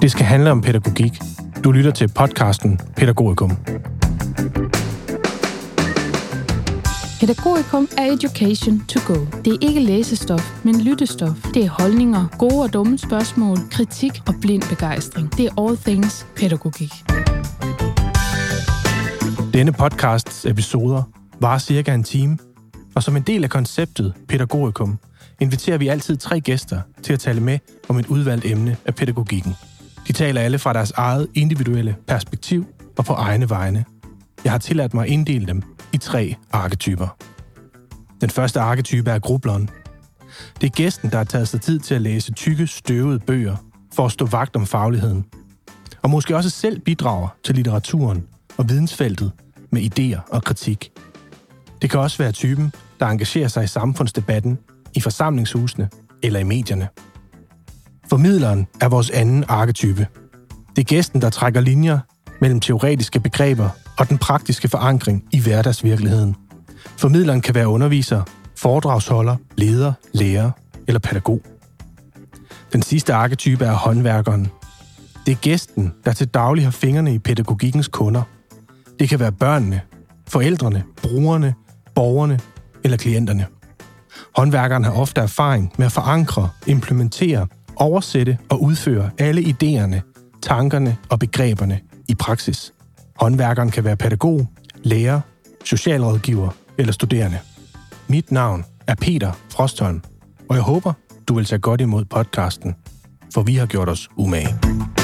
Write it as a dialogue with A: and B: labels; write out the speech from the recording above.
A: Det skal handle om pædagogik. Du lytter til podcasten Pædagogikum.
B: Pædagogikum er education to go. Det er ikke læsestof, men lyttestof. Det er holdninger, gode og dumme spørgsmål, kritik og blind begejstring. Det er all things pædagogik.
A: Denne podcasts episoder varer cirka en time, og som en del af konceptet Pædagogikum inviterer vi altid 3 gæster til at tale med om et udvalgt emne af pædagogikken. De taler alle fra deres eget individuelle perspektiv og på egne vegne. Jeg har tilladt mig at inddele dem i 3 arketyper. Den første arketype er grubleren. Det er gæsten, der har taget sig tid til at læse tykke, støvede bøger for at stå vagt om fagligheden. Og måske også selv bidrager til litteraturen og vidensfeltet med idéer og kritik. Det kan også være typen, der engagerer sig i samfundsdebatten, i forsamlingshusene eller i medierne. Formidleren er vores anden arketype. Det er gæsten, der trækker linjer mellem teoretiske begreber og den praktiske forankring i hverdagsvirkeligheden. Formidleren kan være underviser, foredragsholder, leder, lærer eller pædagog. Den sidste arketype er håndværkeren. Det er gæsten, der til daglig har fingrene i pædagogikkens kunder. Det kan være børnene, forældrene, brugerne, borgerne eller klienterne. Håndværkeren har ofte erfaring med at forankre, implementere, oversætte og udføre alle idéerne, tankerne og begreberne i praksis. Håndværkeren kan være pædagog, lærer, socialrådgiver eller studerende. Mit navn er Peter Frostholm, og jeg håber, du vil tage godt imod podcasten, for vi har gjort os umage.